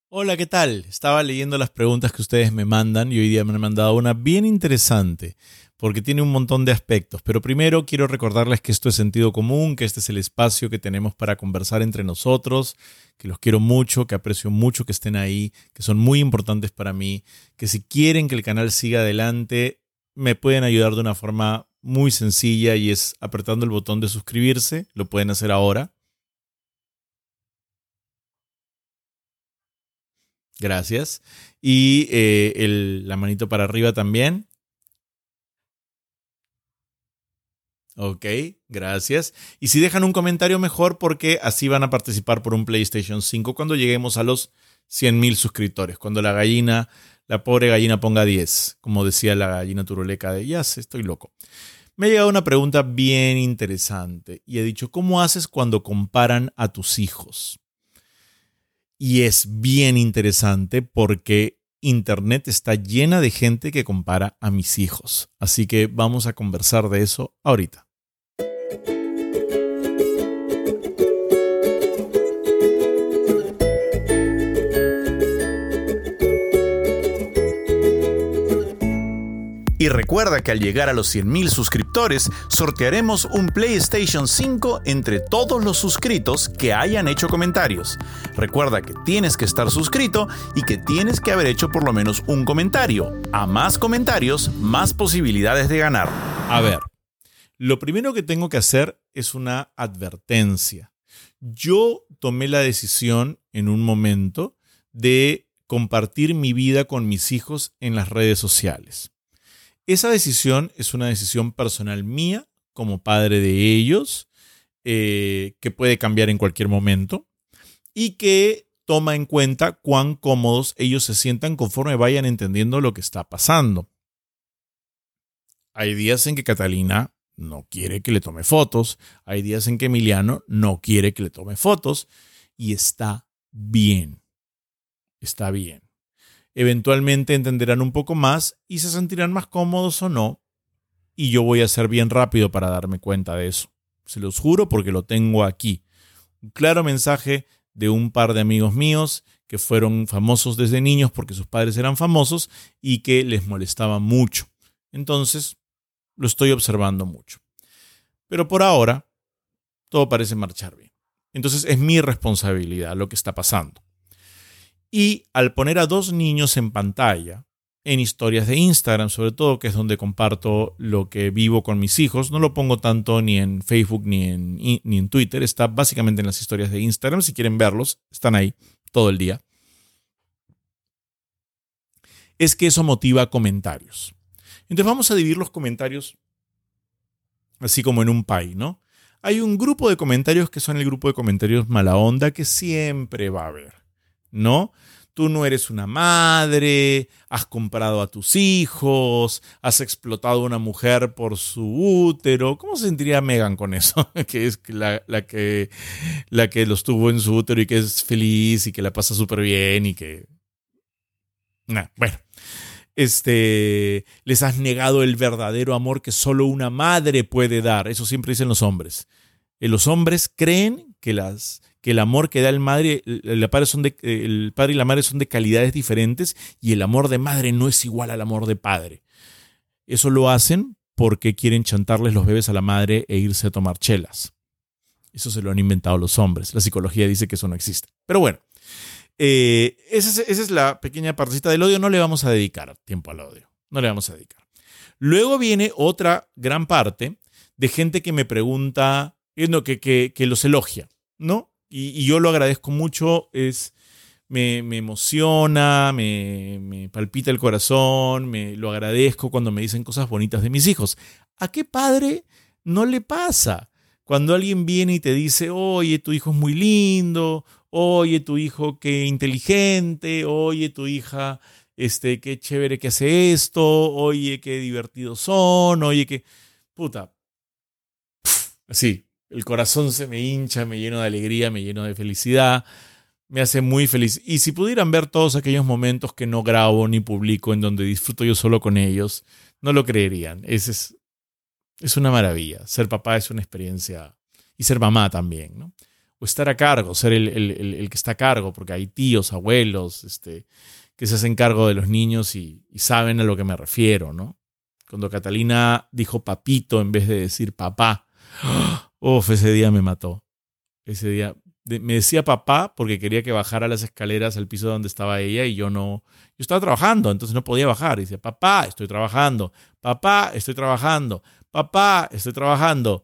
Hola, ¿qué tal? Estaba leyendo las preguntas que ustedes me mandan y hoy día me han mandado una bien interesante porque tiene un montón de aspectos. Pero primero quiero recordarles que esto es sentido común, que este es el espacio que tenemos para conversar entre nosotros, que los quiero mucho, que aprecio mucho que estén ahí, que son muy importantes para mí, que si quieren que el canal siga adelante, me pueden ayudar de una forma muy sencilla y es apretando el botón de suscribirse. Lo pueden hacer ahora. Gracias. Y la manito para arriba también. Ok, gracias. Y si dejan un comentario mejor porque así van a participar por un PlayStation 5 cuando lleguemos a los 100.000 suscriptores. Cuando la pobre gallina ponga 10, como decía la gallina turuleca de ya sé, estoy loco. Me ha llegado una pregunta bien interesante y he dicho, ¿cómo haces cuando comparan a tus hijos? Y es bien interesante porque Internet está llena de gente que compara a mis hijos. Así que vamos a conversar de eso ahorita. Y recuerda que al llegar a los 100.000 suscriptores, sortearemos un PlayStation 5 entre todos los suscritos que hayan hecho comentarios. Recuerda que tienes que estar suscrito y que tienes que haber hecho por lo menos un comentario. A más comentarios, más posibilidades de ganar. A ver, lo primero que tengo que hacer es una advertencia. Yo tomé la decisión en un momento de compartir mi vida con mis hijos en las redes sociales. Esa decisión es una decisión personal mía como padre de ellos, que puede cambiar en cualquier momento y que toma en cuenta cuán cómodos ellos se sientan conforme vayan entendiendo lo que está pasando. Hay días en que Catalina no quiere que le tome fotos, hay días en que Emiliano no quiere que le tome fotos y está bien, está bien. Eventualmente entenderán un poco más y se sentirán más cómodos o no. Y yo voy a ser bien rápido para darme cuenta de eso. Se los juro porque lo tengo aquí. Un claro mensaje de un par de amigos míos que fueron famosos desde niños porque sus padres eran famosos y que les molestaba mucho. Entonces, lo estoy observando mucho. Pero por ahora, todo parece marchar bien. Entonces, es mi responsabilidad lo que está pasando. Y al poner a dos niños en pantalla, en historias de Instagram, sobre todo, que es donde comparto lo que vivo con mis hijos, no lo pongo tanto ni en Facebook ni en Twitter, está básicamente en las historias de Instagram, si quieren verlos, están ahí todo el día, es que eso motiva comentarios. Entonces vamos a dividir los comentarios así como en un pie, ¿no? Hay un grupo de comentarios que son el grupo de comentarios mala onda que siempre va a haber, ¿no? Tú no eres una madre, has comprado a tus hijos, has explotado a una mujer por su útero. ¿Cómo se sentiría Megan con eso? Que es la que los tuvo en su útero y que es feliz y que la pasa súper bien y que... bueno. Les has negado el verdadero amor que solo una madre puede dar. Eso siempre dicen los hombres. Los hombres creen que el amor que da el padre y la madre son de calidades diferentes y el amor de madre no es igual al amor de padre. Eso lo hacen porque quieren chantarles los bebés a la madre e irse a tomar chelas. Eso se lo han inventado los hombres. La psicología dice que eso no existe. Pero bueno, esa es la pequeña partecita del odio. No le vamos a dedicar tiempo al odio. No le vamos a dedicar. Luego viene otra gran parte de gente que me pregunta, que los elogia, ¿no? Y yo lo agradezco mucho, me emociona, me palpita el corazón, lo agradezco cuando me dicen cosas bonitas de mis hijos. ¿A qué padre no le pasa? Cuando alguien viene y te dice, oye, tu hijo es muy lindo, oye, tu hijo qué inteligente, oye, tu hija, qué chévere que hace esto, oye, qué divertidos son, oye, qué... Puta. Así. El corazón se me hincha, me lleno de alegría, me lleno de felicidad, me hace muy feliz. Y si pudieran ver todos aquellos momentos que no grabo ni publico, en donde disfruto yo solo con ellos, no lo creerían. Es una maravilla. Ser papá es una experiencia. Y ser mamá también, ¿no? o estar a cargo, ser el que está a cargo, porque hay tíos, abuelos, que se hacen cargo de los niños y saben a lo que me refiero, ¿no? Cuando Catalina dijo papito en vez de decir papá, ese día me mató. Ese día me decía papá porque quería que bajara las escaleras al piso donde estaba ella y yo estaba trabajando, entonces no podía bajar. Y decía, papá, estoy trabajando, papá, estoy trabajando, papá, estoy trabajando.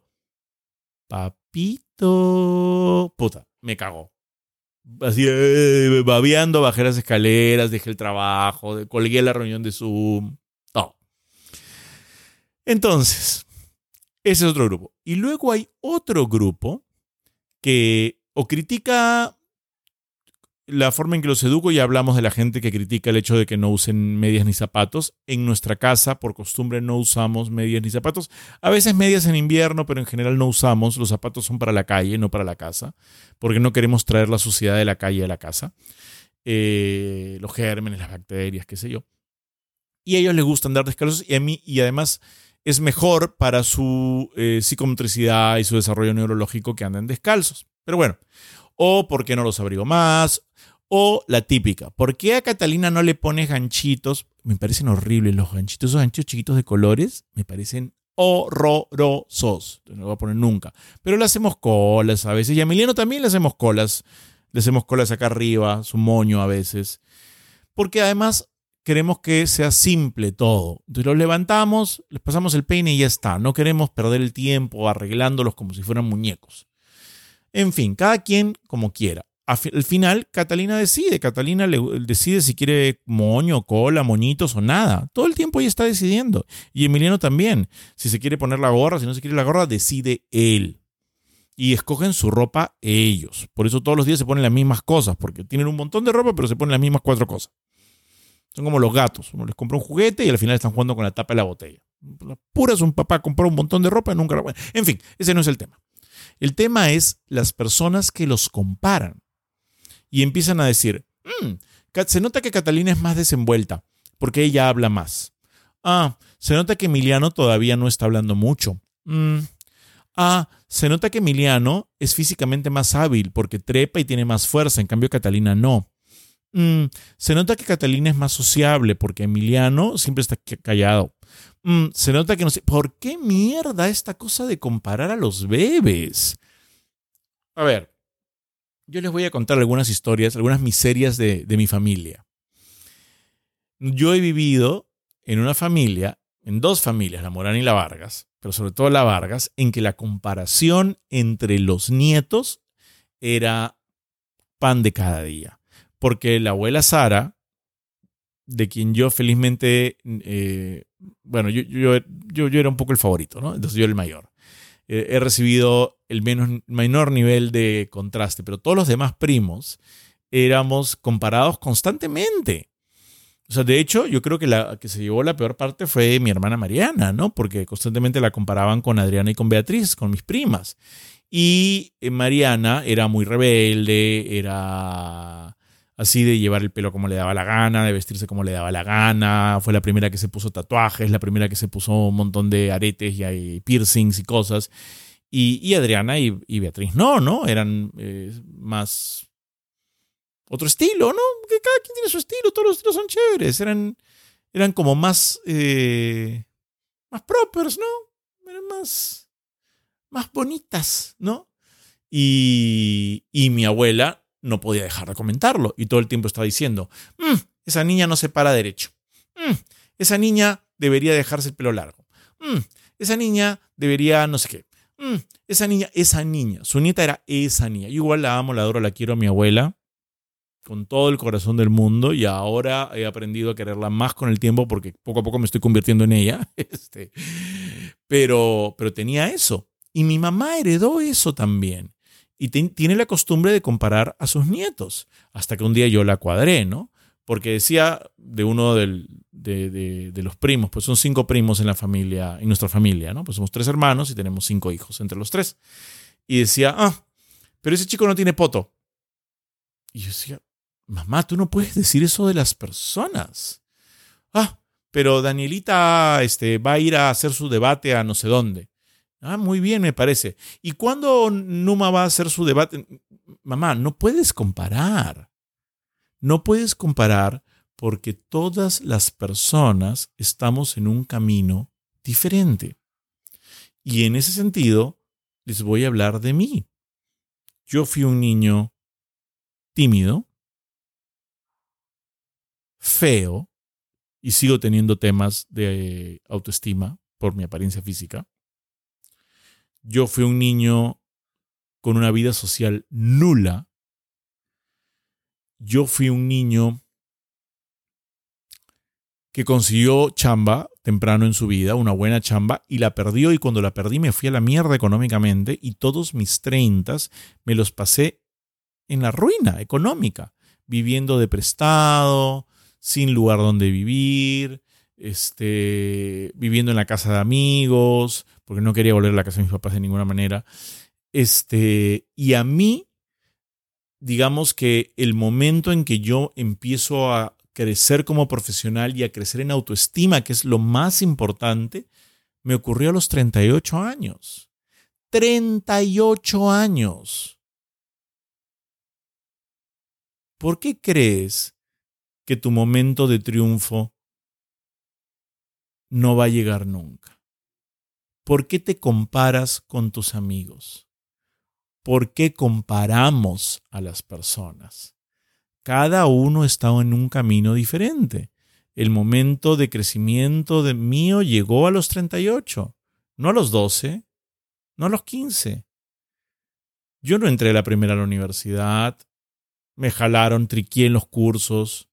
Papito, puta, me cagó. Así, babeando, bajé las escaleras, dejé el trabajo, colgué la reunión de Zoom. Oh. Entonces, ese es otro grupo. Y luego hay otro grupo que o critica la forma en que los educo, y hablamos de la gente que critica el hecho de que no usen medias ni zapatos. En nuestra casa, por costumbre, no usamos medias ni zapatos. A veces medias en invierno, pero en general no usamos. Los zapatos son para la calle, no para la casa, porque no queremos traer la suciedad de la calle a la casa. Los gérmenes, las bacterias, qué sé yo. Y a ellos les gusta andar descalzos, y además es mejor para su psicomotricidad y su desarrollo neurológico que anden descalzos. Pero bueno, o por qué no los abrigo más, o la típica, ¿por qué a Catalina no le pones ganchitos? Me parecen horribles los ganchitos, esos ganchitos chiquitos de colores, me parecen horrorosos. No lo voy a poner nunca. Pero le hacemos colas a veces, y a Emiliano también le hacemos colas acá arriba, su moño a veces, porque además queremos que sea simple todo. Entonces los levantamos, les pasamos el peine y ya está. No queremos perder el tiempo arreglándolos como si fueran muñecos. En fin, cada quien como quiera. Al final, Catalina decide. Catalina decide si quiere moño, cola, moñitos o nada. Todo el tiempo ella está decidiendo. Y Emiliano también. Si se quiere poner la gorra, si no se quiere la gorra, decide él. Y escogen su ropa ellos. Por eso todos los días se ponen las mismas cosas, porque tienen un montón de ropa, pero se ponen las mismas 4 cosas. Son como los gatos. Uno les compra un juguete y al final están jugando con la tapa de la botella. Las puras, un papá compró un montón de ropa y nunca la... En fin, ese no es el tema. El tema es las personas que los comparan y empiezan a decir, se nota que Catalina es más desenvuelta porque ella habla más. Se nota que Emiliano todavía no está hablando mucho. Se nota que Emiliano es físicamente más hábil porque trepa y tiene más fuerza, en cambio Catalina no. Se nota que Catalina es más sociable porque Emiliano siempre está callado. Se nota que no sé. ¿Por qué mierda esta cosa de comparar a los bebés? A ver, yo les voy a contar algunas historias, algunas miserias de mi familia. Yo he vivido en una familia, en 2 familias, la Morán y la Vargas, pero sobre todo la Vargas, en que la comparación entre los nietos era pan de cada día. Porque la abuela Sara, de quien yo felizmente, yo era un poco el favorito, ¿no? Entonces yo era el mayor. He recibido el menor nivel de contraste, pero todos los demás primos éramos comparados constantemente. O sea, de hecho, yo creo que la que se llevó la peor parte fue mi hermana Mariana, ¿no? Porque constantemente la comparaban con Adriana y con Beatriz, con mis primas. Y Mariana era muy rebelde, era así de llevar el pelo como le daba la gana, de vestirse como le daba la gana. Fue la primera que se puso tatuajes, la primera que se puso un montón de aretes y piercings y cosas. Y Adriana y Beatriz no, eran más otro estilo, ¿no? Que cada quien tiene su estilo, todos los estilos son chéveres. Eran como más propers, ¿no? Eran más bonitas, ¿no? Y mi abuela no podía dejar de comentarlo y todo el tiempo estaba diciendo, esa niña no se para derecho, esa niña debería dejarse el pelo largo, esa niña debería no sé qué, esa niña, su nieta era esa niña. Yo igual la amo, la adoro, la quiero a mi abuela con todo el corazón del mundo y ahora he aprendido a quererla más con el tiempo porque poco a poco me estoy convirtiendo en ella, pero tenía eso y mi mamá heredó eso también. Y tiene la costumbre de comparar a sus nietos. Hasta que un día yo la cuadré, ¿no? Porque decía de uno de los primos, pues son 5 primos en nuestra familia, ¿no? Pues somos 3 hermanos y tenemos 5 hijos entre los 3. Y decía, pero ese chico no tiene poto. Y yo decía, mamá, tú no puedes decir eso de las personas. Pero Danielita va a ir a hacer su debate a no sé dónde. Muy bien, me parece. ¿Y cuándo Numa va a hacer su debate? Mamá, no puedes comparar. No puedes comparar porque todas las personas estamos en un camino diferente. Y en ese sentido, les voy a hablar de mí. Yo fui un niño tímido, feo, y sigo teniendo temas de autoestima por mi apariencia física. Yo fui un niño con una vida social nula. Yo fui un niño que consiguió chamba temprano en su vida, una buena chamba, y la perdió, y cuando la perdí me fui a la mierda económicamente, y todos mis 30 me los pasé en la ruina económica, viviendo de prestado, sin lugar donde vivir, viviendo en la casa de amigos, porque no quería volver a la casa de mis papás de ninguna manera. Y a mí, digamos que el momento en que yo empiezo a crecer como profesional y a crecer en autoestima, que es lo más importante, me ocurrió a los 38 años. 38 años. ¿Por qué crees que tu momento de triunfo no va a llegar nunca? ¿Por qué te comparas con tus amigos? ¿Por qué comparamos a las personas? Cada uno está en un camino diferente. El momento de crecimiento de mío llegó a los 38, no a los 12, no a los 15. Yo no entré a la primera a la universidad, me jalaron, triquié en los cursos.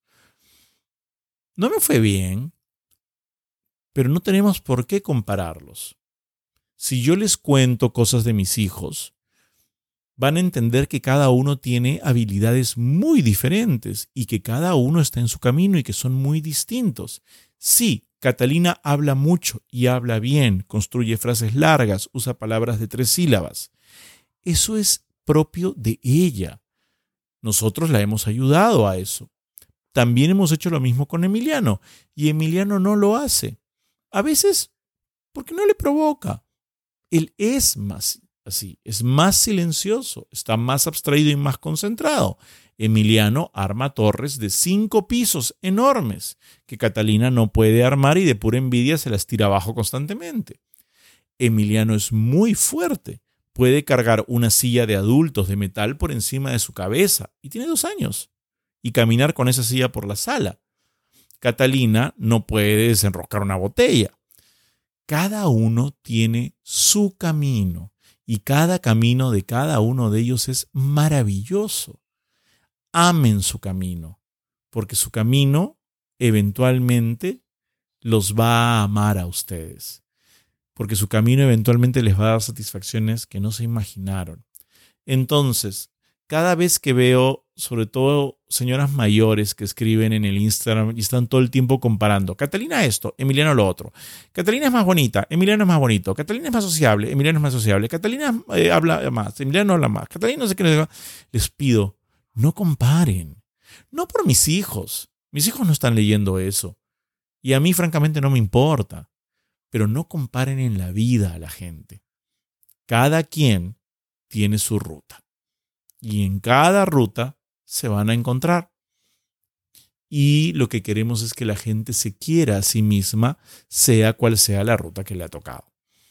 No me fue bien, pero no tenemos por qué compararlos. Si yo les cuento cosas de mis hijos, van a entender que cada uno tiene habilidades muy diferentes y que cada uno está en su camino y que son muy distintos. Sí, Catalina habla mucho y habla bien, construye frases largas, usa palabras de 3 sílabas. Eso es propio de ella. Nosotros la hemos ayudado a eso. También hemos hecho lo mismo con Emiliano y Emiliano no lo hace. A veces porque no le provoca. Él es más así, es más silencioso, está más abstraído y más concentrado. Emiliano arma torres de 5 pisos enormes que Catalina no puede armar y de pura envidia se las tira abajo constantemente. Emiliano es muy fuerte, puede cargar una silla de adultos de metal por encima de su cabeza y tiene 2 años y caminar con esa silla por la sala. Catalina no puede desenroscar una botella. Cada uno tiene su camino y cada camino de cada uno de ellos es maravilloso. Amen su camino, porque su camino eventualmente los va a amar a ustedes, porque su camino eventualmente les va a dar satisfacciones que no se imaginaron. Entonces, cada vez que veo, sobre todo señoras mayores que escriben en el Instagram y están todo el tiempo comparando, Catalina esto, Emiliano lo otro, Catalina es más bonita, Emiliano es más bonito, Catalina es más sociable, Emiliano es más sociable, Catalina habla más, Emiliano no habla más, Catalina no sé qué, les pido, no comparen, no por mis hijos no están leyendo eso y a mí francamente no me importa, pero no comparen en la vida a la gente. Cada quien tiene su ruta. Y en cada ruta se van a encontrar. Y lo que queremos es que la gente se quiera a sí misma, sea cual sea la ruta que le ha tocado.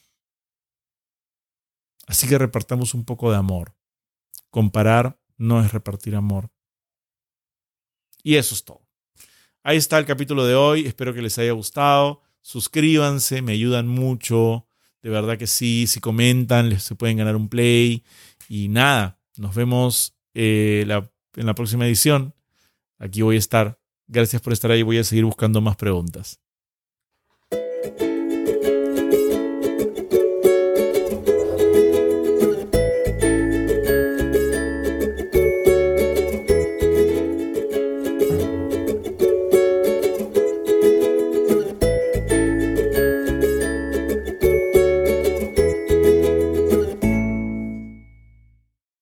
Así que repartamos un poco de amor. Comparar no es repartir amor. Y eso es todo. Ahí está el capítulo de hoy. Espero que les haya gustado. Suscríbanse, me ayudan mucho. De verdad que sí. Si comentan, se pueden ganar un play. Y nada. Nos vemos en la próxima edición. Aquí voy a estar. Gracias por estar ahí. Voy a seguir buscando más preguntas.